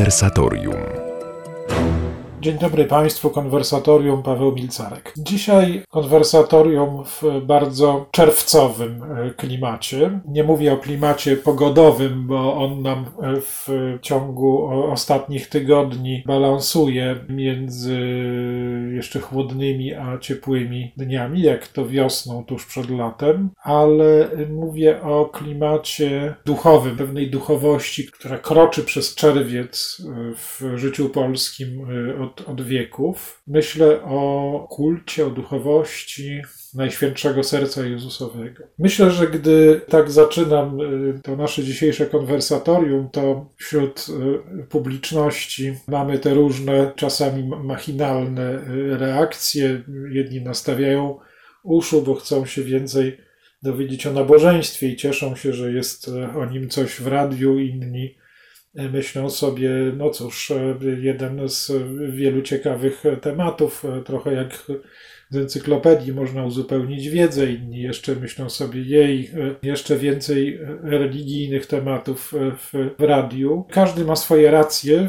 Konwersatorium. Dzień dobry Państwu, Konwersatorium, Paweł Milcarek. Dzisiaj konwersatorium w bardzo czerwcowym klimacie. Nie mówię o klimacie pogodowym, bo on nam w ciągu ostatnich tygodni balansuje między jeszcze chłodnymi a ciepłymi dniami, jak to wiosną tuż przed latem, ale mówię o klimacie duchowym, pewnej duchowości, która kroczy przez czerwiec w życiu polskim od wieków. Myślę o kulcie, o duchowości Najświętszego Serca Jezusowego. Myślę, że gdy tak zaczynam to nasze dzisiejsze konwersatorium, to wśród publiczności mamy te różne, czasami machinalne reakcje. Jedni nastawiają uszu, bo chcą się więcej dowiedzieć o nabożeństwie i cieszą się, że jest o nim coś w radiu, inni myślą sobie, no cóż, jeden z wielu ciekawych tematów, trochę jak z encyklopedii można uzupełnić wiedzę, inni jeszcze myślą sobie, jeszcze więcej religijnych tematów w radiu. Każdy ma swoje racje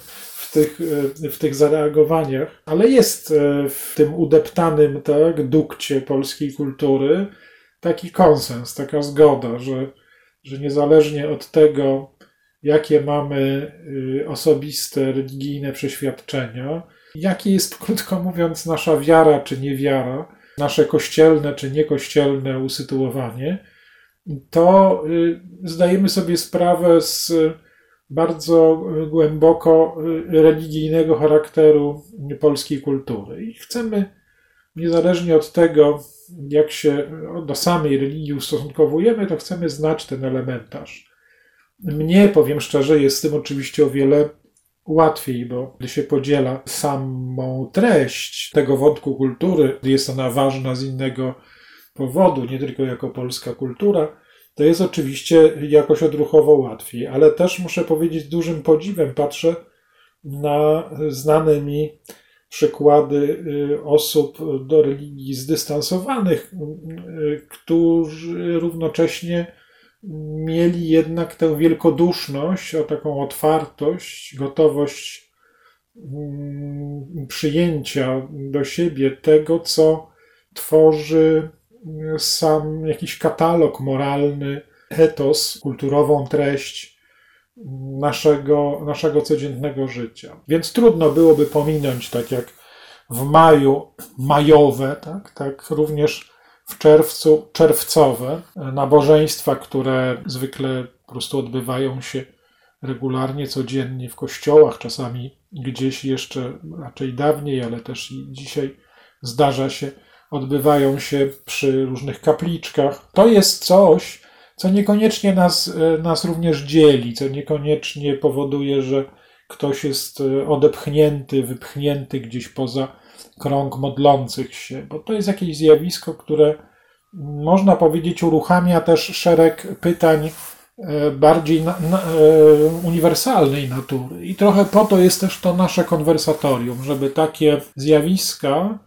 w tych zareagowaniach, ale jest w tym udeptanym dukcie polskiej kultury taki konsens, taka zgoda, że niezależnie od tego, jakie mamy osobiste, religijne przeświadczenia, jakie jest, krótko mówiąc, nasza wiara czy niewiara, nasze kościelne czy niekościelne usytuowanie, to zdajemy sobie sprawę z bardzo głęboko religijnego charakteru polskiej kultury. I chcemy, niezależnie od tego, jak się do samej religii ustosunkowujemy, to chcemy znać ten elementarz. Mnie, powiem szczerze, jest z tym oczywiście o wiele łatwiej, bo gdy się podziela samą treść tego wątku kultury, gdy jest ona ważna z innego powodu, nie tylko jako polska kultura, to jest oczywiście jakoś odruchowo łatwiej. Ale też muszę powiedzieć, z dużym podziwem patrzę na znane mi przykłady osób do religii zdystansowanych, którzy równocześnie mieli jednak tę wielkoduszność, o taką otwartość, gotowość przyjęcia do siebie tego, co tworzy sam jakiś katalog moralny, etos, kulturową treść naszego codziennego życia. Więc trudno byłoby pominąć, tak jak w maju majowe, tak również w czerwcu czerwcowe nabożeństwa, które zwykle po prostu odbywają się regularnie, codziennie w kościołach, czasami gdzieś jeszcze raczej dawniej, ale też i dzisiaj zdarza się, odbywają się przy różnych kapliczkach. To jest coś, co niekoniecznie nas również dzieli, co niekoniecznie powoduje, że ktoś jest odepchnięty, wypchnięty gdzieś poza krąg modlących się, bo to jest jakieś zjawisko, które można powiedzieć uruchamia też szereg pytań bardziej uniwersalnej natury. I trochę po to jest też to nasze konwersatorium, żeby takie zjawiska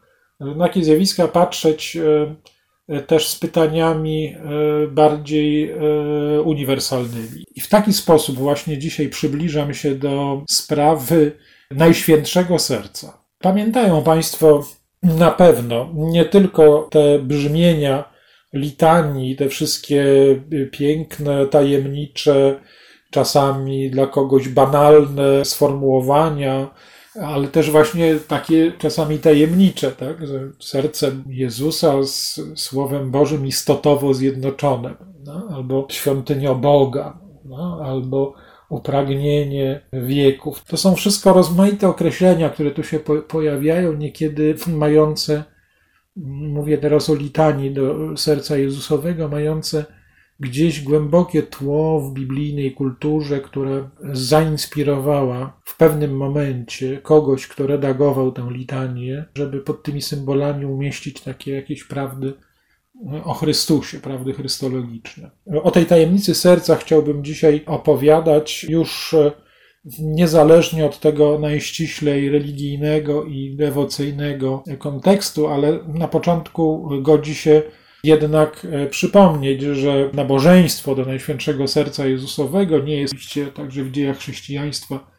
patrzeć też z pytaniami bardziej uniwersalnymi. I w taki sposób właśnie dzisiaj przybliżam się do sprawy Najświętszego Serca. Pamiętają Państwo na pewno nie tylko te brzmienia litanii, te wszystkie piękne, tajemnicze, czasami dla kogoś banalne sformułowania, ale też właśnie takie czasami tajemnicze, tak? Że serce Jezusa z Słowem Bożym istotowo zjednoczone, no? Albo świątynią Boga, no? Albo upragnienie wieków. To są wszystko rozmaite określenia, które tu się pojawiają, niekiedy mające, mówię teraz o litanii do Serca Jezusowego, mające gdzieś głębokie tło w biblijnej kulturze, która zainspirowała w pewnym momencie kogoś, kto redagował tę litanię, żeby pod tymi symbolami umieścić takie jakieś prawdy o Chrystusie, prawdy chrystologiczne. O tej tajemnicy serca chciałbym dzisiaj opowiadać już niezależnie od tego najściślej religijnego i dewocyjnego kontekstu, ale na początku godzi się jednak przypomnieć, że nabożeństwo do Najświętszego Serca Jezusowego nie jest oczywiście także w dziejach chrześcijaństwa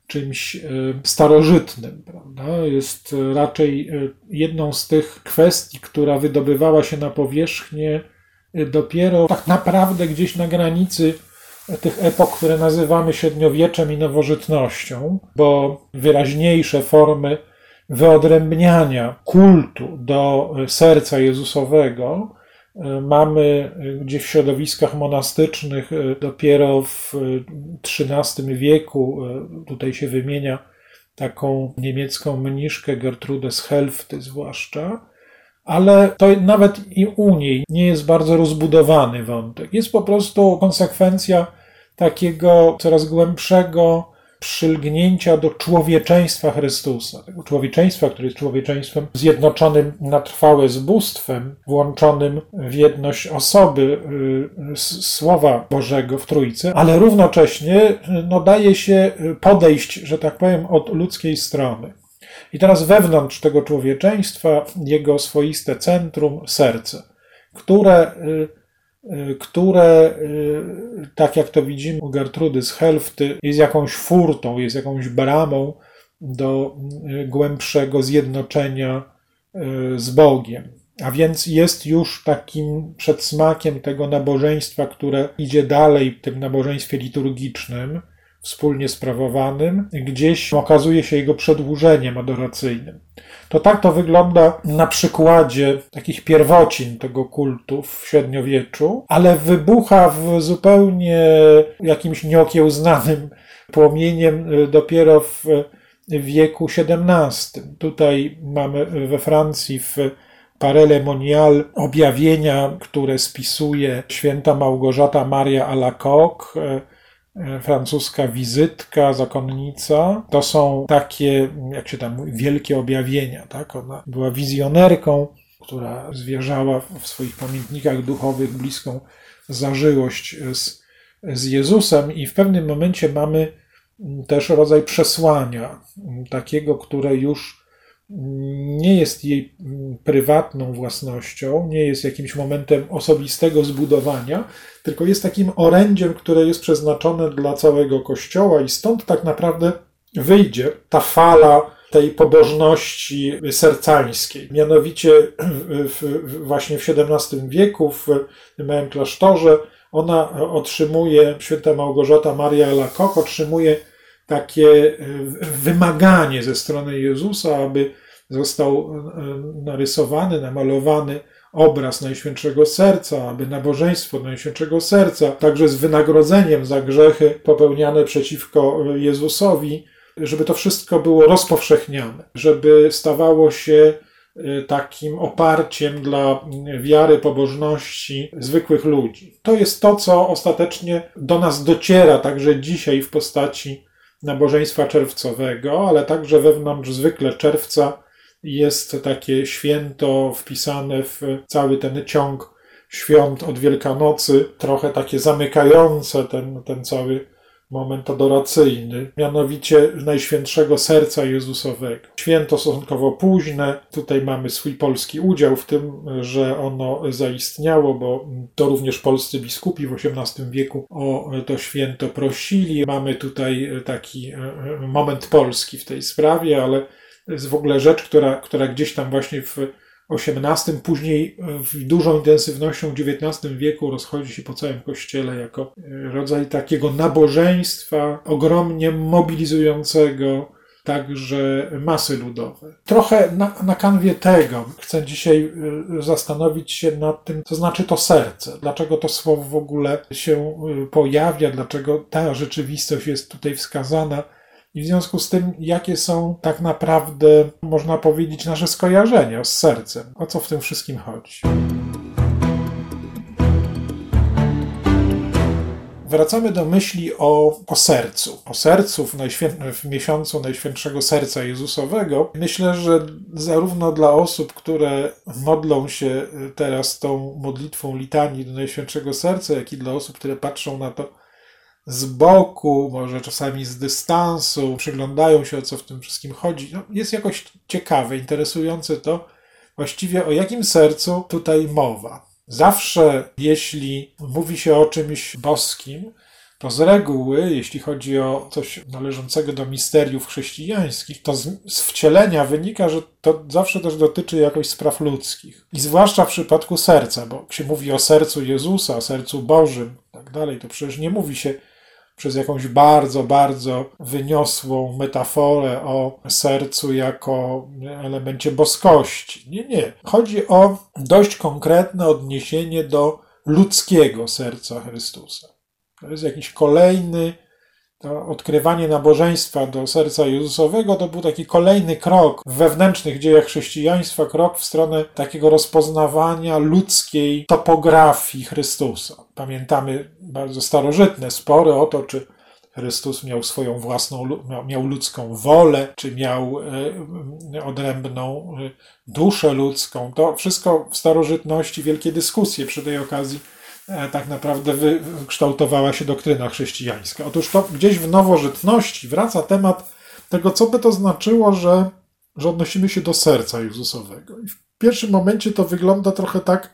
czymś starożytnym, prawda? Jest raczej jedną z tych kwestii, która wydobywała się na powierzchnię dopiero tak naprawdę gdzieś na granicy tych epok, które nazywamy średniowieczem i nowożytnością, bo wyraźniejsze formy wyodrębniania kultu do serca Jezusowego mamy gdzieś w środowiskach monastycznych dopiero w XIII wieku. Tutaj się wymienia taką niemiecką mniszkę Gertrudę z Helfty zwłaszcza, ale to nawet i u niej nie jest bardzo rozbudowany wątek. Jest po prostu konsekwencja takiego coraz głębszego przylgnięcia do człowieczeństwa Chrystusa. Tego człowieczeństwa, które jest człowieczeństwem zjednoczonym na trwałe z bóstwem, włączonym w jedność osoby Słowa Bożego w Trójcy, ale równocześnie daje się podejść, że tak powiem, od ludzkiej strony. I teraz wewnątrz tego człowieczeństwa jego swoiste centrum, serce, które, tak jak to widzimy u Gertrudy z Helfty, jest jakąś furtą, jest jakąś bramą do głębszego zjednoczenia z Bogiem. A więc jest już takim przedsmakiem tego nabożeństwa, które idzie dalej w tym nabożeństwie liturgicznym, wspólnie sprawowanym, gdzieś okazuje się jego przedłużeniem adoracyjnym. To tak to wygląda na przykładzie takich pierwocin tego kultu w średniowieczu, ale wybucha w zupełnie jakimś nieokiełznanym płomieniem dopiero w wieku XVII. Tutaj mamy we Francji w Parele Monial objawienia, które spisuje święta Małgorzata Maria Alacoque, francuska wizytka, zakonnica. To są takie, jak się tam mówi, wielkie objawienia. Tak? Ona była wizjonerką, która zwierzała w swoich pamiętnikach duchowych bliską zażyłość z Jezusem i w pewnym momencie mamy też rodzaj przesłania, takiego, które już nie jest jej prywatną własnością, nie jest jakimś momentem osobistego zbudowania, tylko jest takim orędziem, które jest przeznaczone dla całego Kościoła i stąd tak naprawdę wyjdzie ta fala tej pobożności sercańskiej. Mianowicie właśnie w XVII wieku w tym małym klasztorze ona otrzymuje, święta Małgorzata Maria Alacoque otrzymuje takie wymaganie ze strony Jezusa, aby został narysowany, namalowany obraz Najświętszego Serca, aby nabożeństwo Najświętszego Serca, także z wynagrodzeniem za grzechy popełniane przeciwko Jezusowi, żeby to wszystko było rozpowszechniane, żeby stawało się takim oparciem dla wiary, pobożności zwykłych ludzi. To jest to, co ostatecznie do nas dociera także dzisiaj w postaci nabożeństwa czerwcowego, ale także wewnątrz zwykle czerwca jest takie święto wpisane w cały ten ciąg świąt od Wielkanocy, trochę takie zamykające ten cały moment adoracyjny, mianowicie Najświętszego Serca Jezusowego. Święto stosunkowo późne, tutaj mamy swój polski udział w tym, że ono zaistniało, bo to również polscy biskupi w XVIII wieku o to święto prosili. Mamy tutaj taki moment polski w tej sprawie, ale jest w ogóle rzecz, która gdzieś tam właśnie w XVIII, później w dużą intensywnością w XIX wieku rozchodzi się po całym Kościele jako rodzaj takiego nabożeństwa ogromnie mobilizującego także masy ludowe. Trochę na kanwie tego chcę dzisiaj zastanowić się nad tym, co znaczy to serce, dlaczego to słowo w ogóle się pojawia, dlaczego ta rzeczywistość jest tutaj wskazana. I w związku z tym, jakie są tak naprawdę, można powiedzieć, nasze skojarzenia z sercem? O co w tym wszystkim chodzi? Wracamy do myśli o sercu. O sercu w miesiącu Najświętszego Serca Jezusowego. Myślę, że zarówno dla osób, które modlą się teraz tą modlitwą litanii do Najświętszego Serca, jak i dla osób, które patrzą na to z boku, może czasami z dystansu, przyglądają się, o co w tym wszystkim chodzi. Jest jakoś ciekawe, interesujące to właściwie, o jakim sercu tutaj mowa. Zawsze, jeśli mówi się o czymś boskim, to z reguły, jeśli chodzi o coś należącego do misteriów chrześcijańskich, to z wcielenia wynika, że to zawsze też dotyczy jakoś spraw ludzkich. I zwłaszcza w przypadku serca, bo jak się mówi o sercu Jezusa, sercu Bożym i tak dalej, to przecież nie mówi się przez jakąś bardzo, bardzo wyniosłą metaforę o sercu jako elemencie boskości. Nie. Chodzi o dość konkretne odniesienie do ludzkiego serca Chrystusa. To jest jakiś kolejny, to odkrywanie nabożeństwa do serca Jezusowego to był taki kolejny krok w wewnętrznych dziejach chrześcijaństwa, krok w stronę takiego rozpoznawania ludzkiej topografii Chrystusa. Pamiętamy bardzo starożytne spory o to, czy Chrystus miał swoją własną, miał ludzką wolę, czy miał odrębną duszę ludzką. To wszystko w starożytności, wielkie dyskusje przy tej okazji tak naprawdę wykształtowała się doktryna chrześcijańska. Otóż to gdzieś w nowożytności wraca temat tego, co by to znaczyło, że odnosimy się do serca Jezusowego. I w pierwszym momencie to wygląda trochę tak,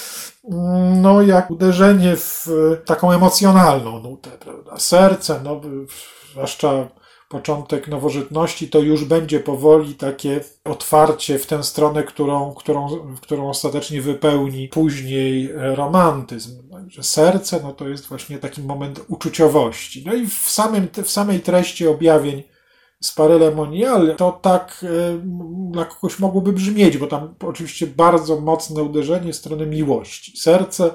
jak uderzenie w taką emocjonalną nutę, prawda? Serce, zwłaszcza początek nowożytności, to już będzie powoli takie otwarcie w tę stronę, którą ostatecznie wypełni później romantyzm. Że serce, to jest właśnie taki moment uczuciowości. No i w samej treści objawień z Parele Monial to tak dla kogoś mogłoby brzmieć, bo tam oczywiście bardzo mocne uderzenie w stronę miłości. Serce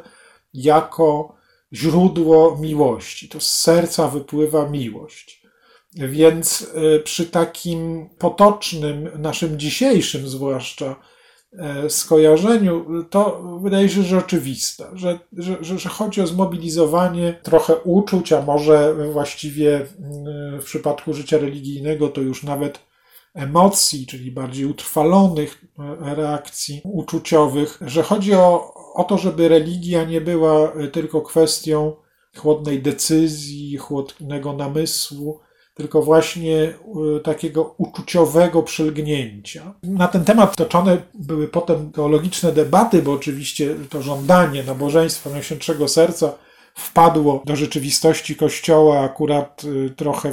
jako źródło miłości. To z serca wypływa miłość. Więc przy takim potocznym, naszym dzisiejszym zwłaszcza skojarzeniu, to wydaje się, że oczywiste, że chodzi o zmobilizowanie trochę uczuć, a może właściwie w przypadku życia religijnego to już nawet emocji, czyli bardziej utrwalonych reakcji uczuciowych, że chodzi o to, żeby religia nie była tylko kwestią chłodnej decyzji, chłodnego namysłu, tylko właśnie takiego uczuciowego przylgnięcia. Na ten temat toczone były potem teologiczne debaty, bo oczywiście to żądanie nabożeństwa Najświętszego Serca wpadło do rzeczywistości Kościoła akurat trochę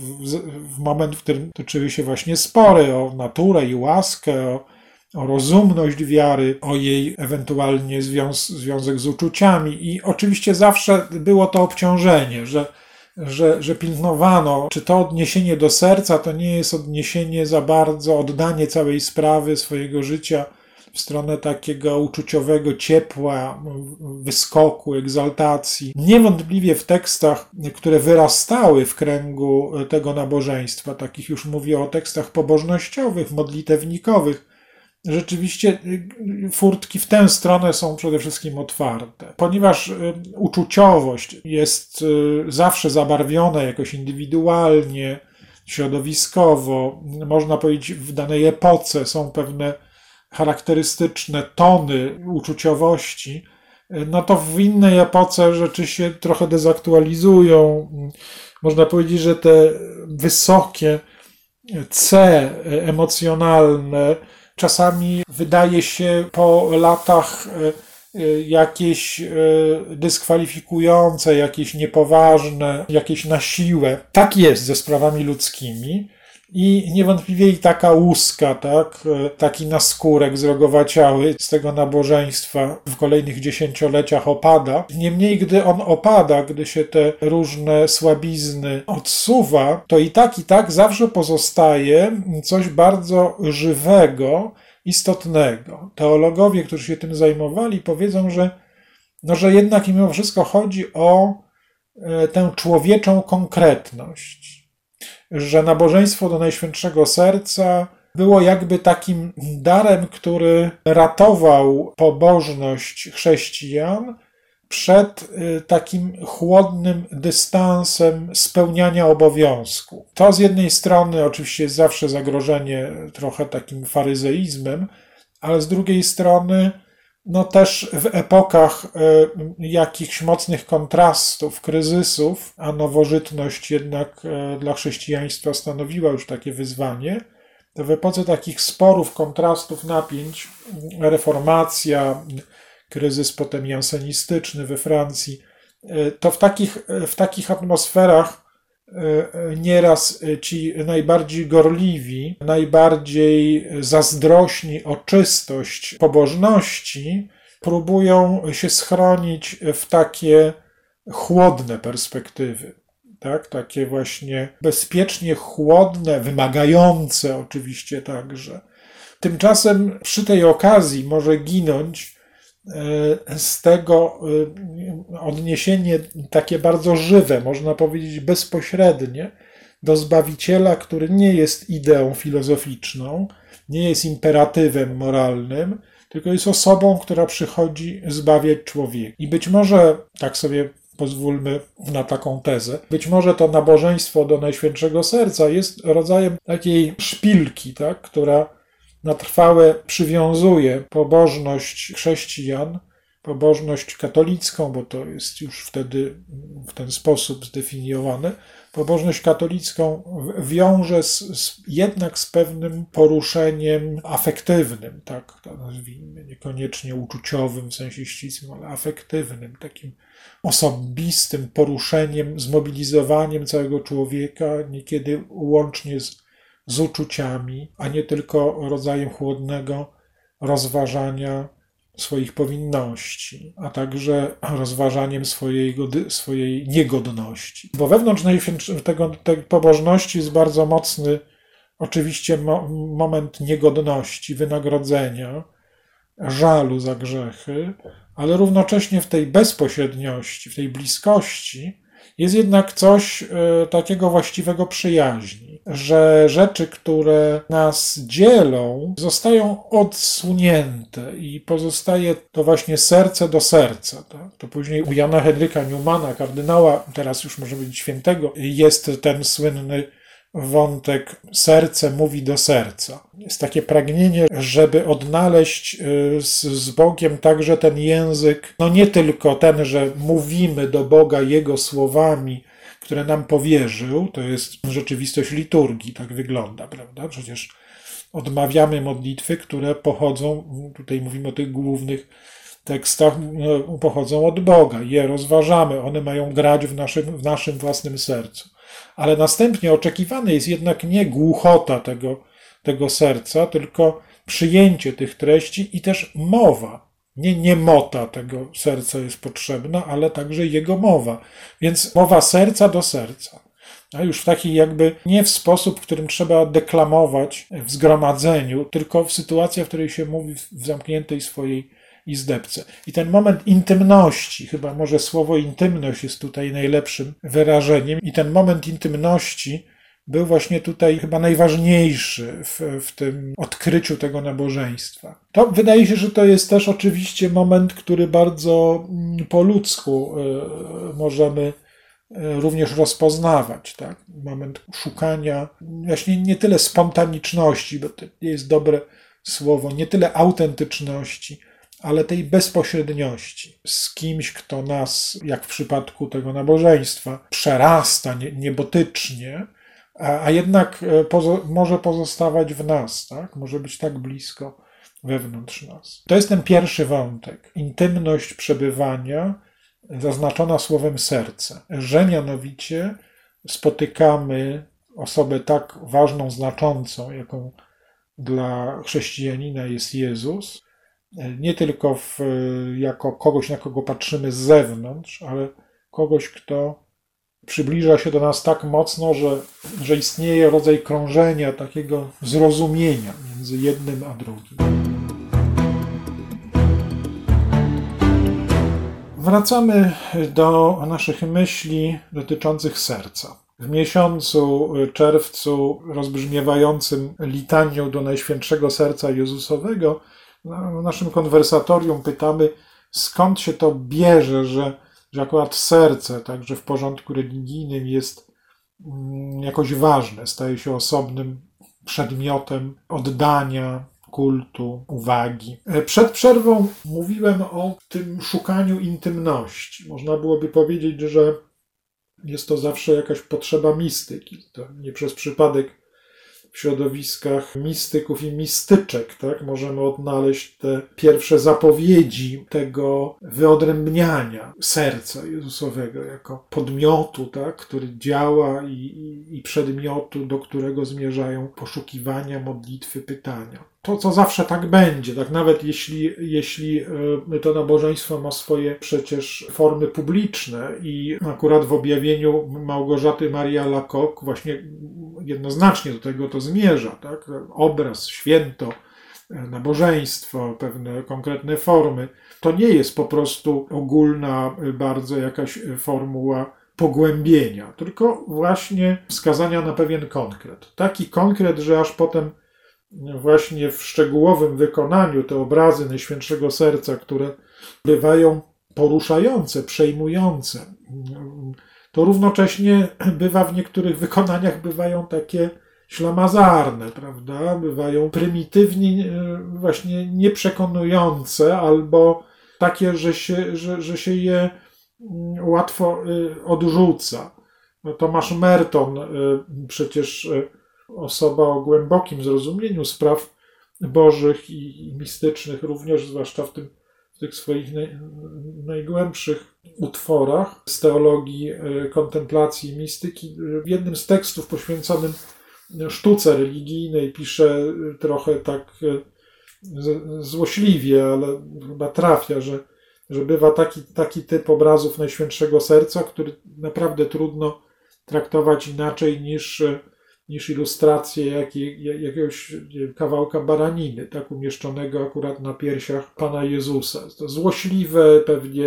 w moment, w którym toczyły się właśnie spory o naturę i łaskę, o rozumność wiary, o jej ewentualnie związek z uczuciami. I oczywiście zawsze było to obciążenie, że pilnowano, czy to odniesienie do serca to nie jest odniesienie za bardzo, oddanie całej sprawy swojego życia w stronę takiego uczuciowego ciepła, wyskoku, egzaltacji. Niewątpliwie w tekstach, które wyrastały w kręgu tego nabożeństwa, takich już mówię o tekstach pobożnościowych, modlitewnikowych, rzeczywiście furtki w tę stronę są przede wszystkim otwarte. Ponieważ uczuciowość jest zawsze zabarwiona jakoś indywidualnie, środowiskowo, można powiedzieć w danej epoce są pewne charakterystyczne tony uczuciowości, to w innej epoce rzeczy się trochę dezaktualizują. Można powiedzieć, że te wysokie C emocjonalne czasami wydaje się po latach jakieś dyskwalifikujące, jakieś niepoważne, jakieś na siłę. Tak jest ze sprawami ludzkimi i niewątpliwie i taka łuska, tak? Taki naskórek zrogowaciały z tego nabożeństwa w kolejnych dziesięcioleciach opada. Niemniej, gdy on opada, gdy się te różne słabizny odsuwa, to i tak zawsze pozostaje coś bardzo żywego, istotnego. Teologowie, którzy się tym zajmowali, powiedzą, że jednak mimo wszystko chodzi o tę człowieczą konkretność. Że nabożeństwo do Najświętszego Serca było jakby takim darem, który ratował pobożność chrześcijan przed takim chłodnym dystansem spełniania obowiązku. To z jednej strony oczywiście jest zawsze zagrożenie trochę takim faryzeizmem, ale z drugiej strony też w epokach jakichś mocnych kontrastów, kryzysów, a nowożytność jednak dla chrześcijaństwa stanowiła już takie wyzwanie, to w epoce takich sporów, kontrastów, napięć, reformacja, kryzys potem jansenistyczny we Francji, to w takich atmosferach nieraz ci najbardziej gorliwi, najbardziej zazdrośni o czystość pobożności próbują się schronić w takie chłodne perspektywy. Tak? Takie właśnie bezpiecznie chłodne, wymagające oczywiście także. Tymczasem przy tej okazji może ginąć z tego odniesienie takie bardzo żywe, można powiedzieć bezpośrednie, do Zbawiciela, który nie jest ideą filozoficzną, nie jest imperatywem moralnym, tylko jest osobą, która przychodzi zbawiać człowieka. I być może, tak sobie pozwólmy na taką tezę, być może to nabożeństwo do Najświętszego Serca jest rodzajem takiej szpilki, tak, która na trwałe przywiązuje pobożność chrześcijan, pobożność katolicką, bo to jest już wtedy w ten sposób zdefiniowane, pobożność katolicką wiąże jednak z pewnym poruszeniem afektywnym, tak to nazwijmy, niekoniecznie uczuciowym w sensie ścisłym, ale afektywnym, takim osobistym poruszeniem, zmobilizowaniem całego człowieka, niekiedy łącznie z uczuciami, a nie tylko rodzajem chłodnego rozważania swoich powinności, a także rozważaniem swojej niegodności. Bo wewnątrz tej pobożności jest bardzo mocny oczywiście moment niegodności, wynagrodzenia, żalu za grzechy, ale równocześnie w tej bezpośredniości, w tej bliskości jest jednak coś takiego właściwego przyjaźni, że rzeczy, które nas dzielą, zostają odsunięte i pozostaje to właśnie serce do serca. Tak? To później u Jana Henryka Newmana, kardynała, teraz już może być świętego, jest ten słynny wątek serce mówi do serca. Jest takie pragnienie, żeby odnaleźć z Bogiem także ten język, no nie tylko ten, że mówimy do Boga Jego słowami, które nam powierzył, to jest rzeczywistość liturgii, tak wygląda, prawda? Przecież odmawiamy modlitwy, które pochodzą, tutaj mówimy o tych głównych tekstach, pochodzą od Boga, je rozważamy, one mają grać w naszym własnym sercu. Ale następnie oczekiwane jest jednak nie głuchota tego serca, tylko przyjęcie tych treści i też mowa. Nie niemota tego serca jest potrzebna, ale także jego mowa. Więc mowa serca do serca. A już w taki jakby nie w sposób, w którym trzeba deklamować w zgromadzeniu, tylko w sytuacji, w której się mówi w zamkniętej swojej izdebce. I ten moment intymności, chyba może słowo intymność jest tutaj najlepszym wyrażeniem, i ten moment intymności był właśnie tutaj chyba najważniejszy w tym odkryciu tego nabożeństwa. To wydaje się, że to jest też oczywiście moment, który bardzo po ludzku możemy również rozpoznawać. Tak? Moment szukania właśnie nie tyle spontaniczności, bo to nie jest dobre słowo, nie tyle autentyczności, ale tej bezpośredniości z kimś, kto nas, jak w przypadku tego nabożeństwa, przerasta niebotycznie, a jednak może pozostawać w nas, tak? Może być tak blisko wewnątrz nas. To jest ten pierwszy wątek. Intymność przebywania zaznaczona słowem serce, że mianowicie spotykamy osobę tak ważną, znaczącą, jaką dla chrześcijanina jest Jezus, nie tylko jako kogoś, na kogo patrzymy z zewnątrz, ale kogoś, kto przybliża się do nas tak mocno, że istnieje rodzaj krążenia, takiego zrozumienia między jednym a drugim. Wracamy do naszych myśli dotyczących serca. W miesiącu czerwcu rozbrzmiewającym litanią do Najświętszego Serca Jezusowego w naszym konwersatorium pytamy, skąd się to bierze, że akurat serce, także w porządku religijnym, jest jakoś ważne, staje się osobnym przedmiotem oddania, kultu, uwagi. Przed przerwą mówiłem o tym szukaniu intymności. Można byłoby powiedzieć, że jest to zawsze jakaś potrzeba mistyki. To nie przez przypadek w środowiskach mistyków i mistyczek, tak? Możemy odnaleźć te pierwsze zapowiedzi tego wyodrębniania serca Jezusowego jako podmiotu, tak? Który działa i przedmiotu, do którego zmierzają poszukiwania, modlitwy, pytania. To zawsze tak będzie, tak nawet jeśli to nabożeństwo ma swoje przecież formy publiczne i akurat w objawieniu Małgorzaty Marii Alacoque właśnie jednoznacznie do tego to zmierza, tak? Obraz, święto, nabożeństwo, pewne konkretne formy. To nie jest po prostu ogólna bardzo jakaś formuła pogłębienia, tylko właśnie wskazania na pewien konkret. Taki konkret, że aż potem właśnie w szczegółowym wykonaniu te obrazy Najświętszego Serca, które bywają poruszające, przejmujące, to równocześnie bywa w niektórych wykonaniach bywają takie ślamazarne, prawda? Bywają prymitywnie właśnie nieprzekonujące albo takie, że się je łatwo odrzuca. Tomasz Merton, przecież osoba o głębokim zrozumieniu spraw bożych i mistycznych, również zwłaszcza w tych swoich najgłębszych utworach z teologii kontemplacji i mistyki. W jednym z tekstów poświęconym sztuce religijnej pisze trochę tak złośliwie, ale chyba trafia, że bywa taki typ obrazów Najświętszego Serca, który naprawdę trudno traktować inaczej niż ilustrację jakiegoś kawałka baraniny, tak umieszczonego akurat na piersiach Pana Jezusa. To złośliwe,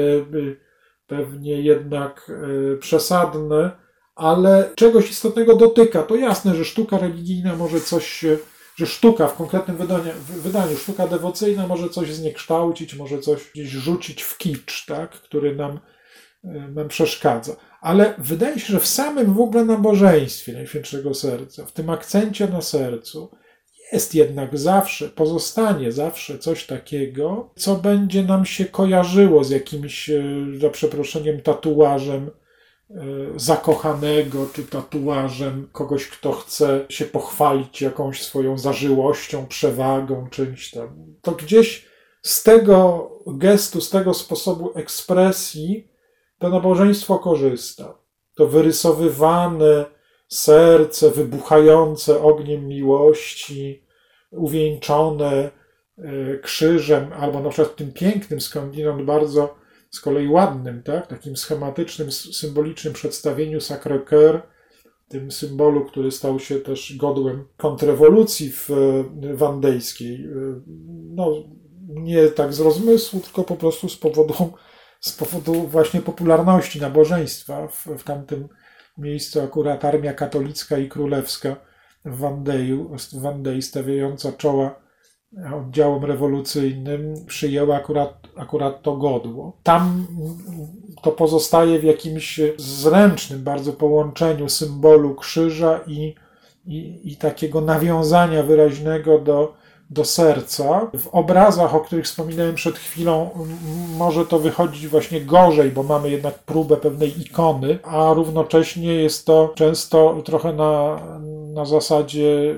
pewnie jednak przesadne, ale czegoś istotnego dotyka. To jasne, że sztuka religijna może coś, że sztuka w konkretnym wydaniu, sztuka dewocyjna może coś zniekształcić, może coś gdzieś rzucić w kicz, tak, który nam przeszkadza. Ale wydaje się, że w samym w ogóle nabożeństwie Najświętszego Serca, w tym akcencie na sercu, jest jednak pozostanie zawsze coś takiego, co będzie nam się kojarzyło z jakimś, za przeproszeniem, tatuażem zakochanego, czy tatuażem kogoś, kto chce się pochwalić jakąś swoją zażyłością, przewagą, czymś tam. To gdzieś z tego gestu, z tego sposobu ekspresji to nabożeństwo korzysta. To wyrysowywane serce, wybuchające ogniem miłości, uwieńczone krzyżem, albo na przykład tym pięknym, skądinąd bardzo z kolei ładnym, tak? Takim schematycznym, symbolicznym przedstawieniu Sacré-Cœur, tym symbolu, który stał się też godłem kontrrewolucji wandejskiej. No, nie tak z rozmysłu, tylko po prostu z powodu właśnie popularności nabożeństwa w tamtym miejscu akurat armia katolicka i królewska w Wandei stawiająca czoła oddziałom rewolucyjnym przyjęła akurat to godło. Tam to pozostaje w jakimś zręcznym bardzo połączeniu symbolu krzyża i takiego nawiązania wyraźnego do serca. W obrazach, o których wspominałem przed chwilą, może to wychodzić właśnie gorzej, bo mamy jednak próbę pewnej ikony, a równocześnie jest to często trochę na zasadzie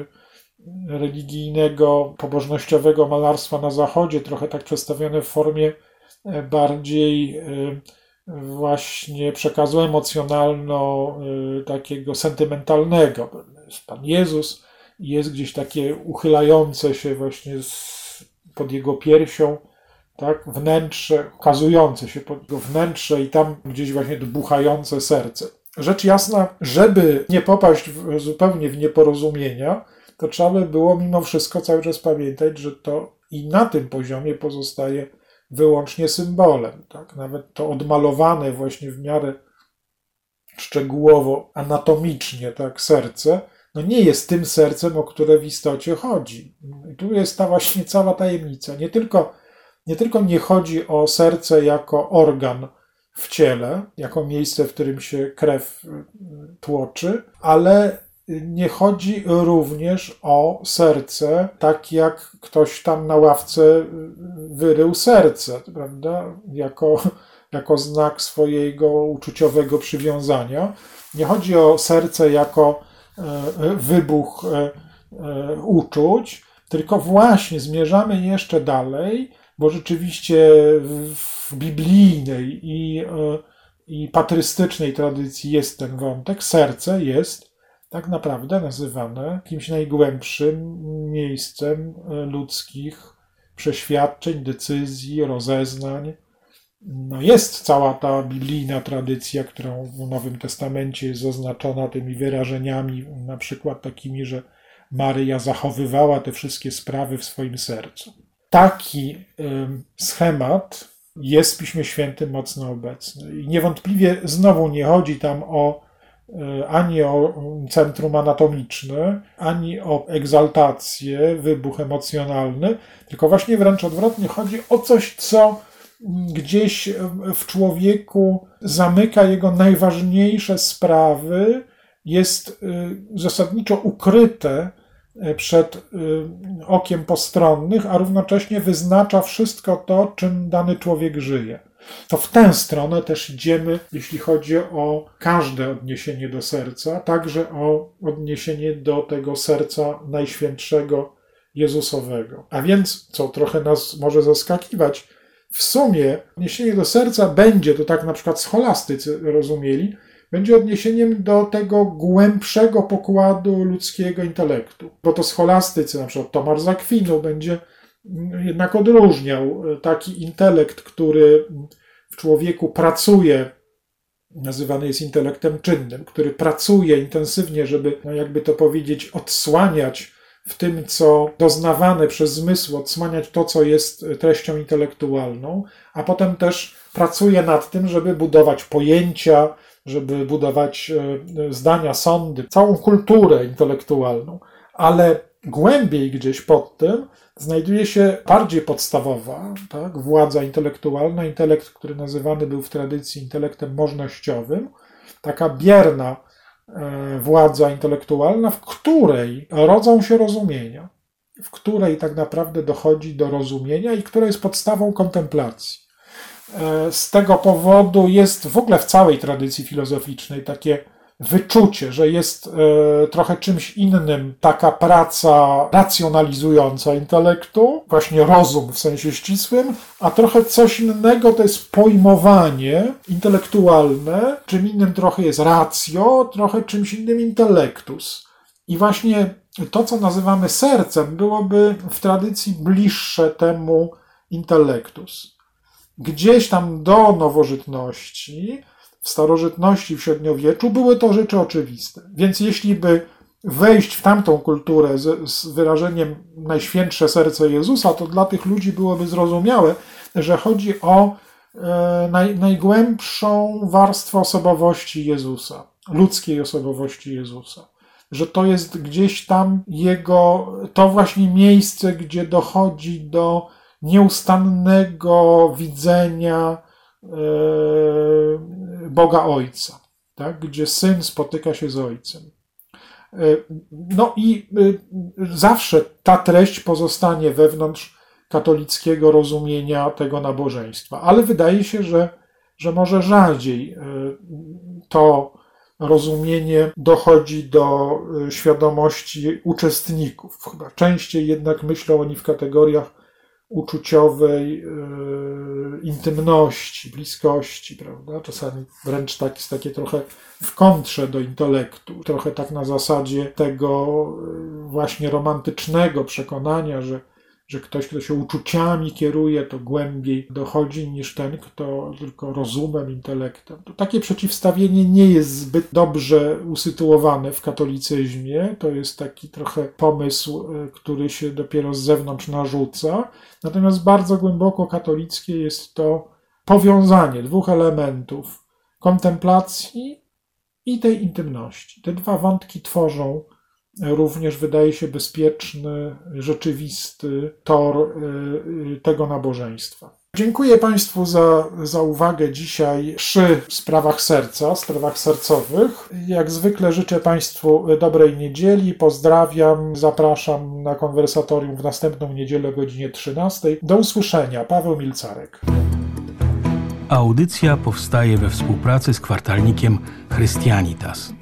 religijnego, pobożnościowego malarstwa na Zachodzie, trochę tak przedstawione w formie bardziej właśnie przekazu emocjonalno takiego sentymentalnego. Jest Pan Jezus i jest gdzieś takie uchylające się właśnie pod Jego piersią, tak, wnętrze, ukazujące się pod Jego wnętrze i tam gdzieś właśnie dmuchające serce. Rzecz jasna, żeby nie popaść zupełnie w nieporozumienia, to trzeba by było mimo wszystko cały czas pamiętać, że to i na tym poziomie pozostaje wyłącznie symbolem. Tak? Nawet to odmalowane właśnie w miarę szczegółowo, anatomicznie, tak, serce, no nie jest tym sercem, o które w istocie chodzi. I tu jest ta właśnie cała tajemnica. Nie tylko nie chodzi o serce jako organ w ciele, jako miejsce, w którym się krew tłoczy, ale nie chodzi również o serce, tak jak ktoś tam na ławce wyrył serce, prawda? Jako znak swojego uczuciowego przywiązania. Nie chodzi o serce jako wybuch uczuć, tylko właśnie zmierzamy jeszcze dalej, bo rzeczywiście w biblijnej i patrystycznej tradycji jest ten wątek. Serce jest tak naprawdę nazywane kimś najgłębszym miejscem ludzkich przeświadczeń, decyzji, rozeznań. No jest cała ta biblijna tradycja, którą w Nowym Testamencie jest zaznaczona tymi wyrażeniami, na przykład takimi, że Maryja zachowywała te wszystkie sprawy w swoim sercu. Taki schemat jest w Piśmie Świętym mocno obecny. I niewątpliwie znowu nie chodzi tam ani o centrum anatomiczne, ani o egzaltację, wybuch emocjonalny, tylko właśnie wręcz odwrotnie chodzi o coś, co gdzieś w człowieku zamyka jego najważniejsze sprawy, jest zasadniczo ukryte przed okiem postronnych, a równocześnie wyznacza wszystko to, czym dany człowiek żyje. To w tę stronę też idziemy, jeśli chodzi o każde odniesienie do serca, także o odniesienie do tego serca najświętszego Jezusowego. A więc, co trochę nas może zaskakiwać, w sumie odniesienie do serca będzie, to tak na przykład scholastycy rozumieli, będzie odniesieniem do tego głębszego pokładu ludzkiego intelektu. Bo to scholastycy, na przykład Tomasz z Akwinu, będzie jednak odróżniał taki intelekt, który w człowieku pracuje, nazywany jest intelektem czynnym, który pracuje intensywnie, żeby, jakby to powiedzieć, odsłaniać w tym, co doznawane przez zmysł, odsłaniać to, co jest treścią intelektualną, a potem też pracuje nad tym, żeby budować pojęcia, żeby budować zdania, sądy, całą kulturę intelektualną. Ale głębiej gdzieś pod tym znajduje się bardziej podstawowa, tak, władza intelektualna, intelekt, który nazywany był w tradycji intelektem możnościowym, taka bierna władza intelektualna, w której rodzą się rozumienia, w której tak naprawdę dochodzi do rozumienia i która jest podstawą kontemplacji. Z tego powodu jest w ogóle w całej tradycji filozoficznej takie wyczucie, że jest trochę czymś innym taka praca racjonalizująca intelektu, właśnie rozum w sensie ścisłym, a trochę coś innego to jest pojmowanie intelektualne, czym innym trochę jest ratio, trochę czymś innym intellectus. I właśnie to, co nazywamy sercem, byłoby w tradycji bliższe temu intellectus. Gdzieś tam do nowożytności, w starożytności, w średniowieczu były to rzeczy oczywiste. Więc jeśli by wejść w tamtą kulturę z wyrażeniem najświętsze serce Jezusa, to dla tych ludzi byłoby zrozumiałe, że chodzi o najgłębszą warstwę osobowości Jezusa, ludzkiej osobowości Jezusa. Że to jest gdzieś tam to właśnie miejsce, gdzie dochodzi do nieustannego widzenia Boga Ojca, tak? Gdzie Syn spotyka się z Ojcem. No i zawsze ta treść pozostanie wewnątrz katolickiego rozumienia tego nabożeństwa, ale wydaje się, że może rzadziej to rozumienie dochodzi do świadomości uczestników. Chyba częściej jednak myślą oni w kategoriach uczuciowej intymności, bliskości, prawda? Czasami wręcz takie trochę w kontrze do intelektu, trochę tak na zasadzie tego właśnie romantycznego przekonania, że ktoś, kto się uczuciami kieruje, to głębiej dochodzi niż ten, kto tylko rozumem, intelektem. To takie przeciwstawienie nie jest zbyt dobrze usytuowane w katolicyzmie. To jest taki trochę pomysł, który się dopiero z zewnątrz narzuca. Natomiast bardzo głęboko katolickie jest to powiązanie dwóch elementów: kontemplacji i tej intymności. Te dwa wątki tworzą również, wydaje się, bezpieczny, rzeczywisty tor tego nabożeństwa. Dziękuję Państwu za uwagę dzisiaj przy sprawach serca, sprawach sercowych. Jak zwykle życzę Państwu dobrej niedzieli, pozdrawiam, zapraszam na konwersatorium w następną niedzielę o godzinie 13. Do usłyszenia. Paweł Milcarek. Audycja powstaje we współpracy z kwartalnikiem Christianitas.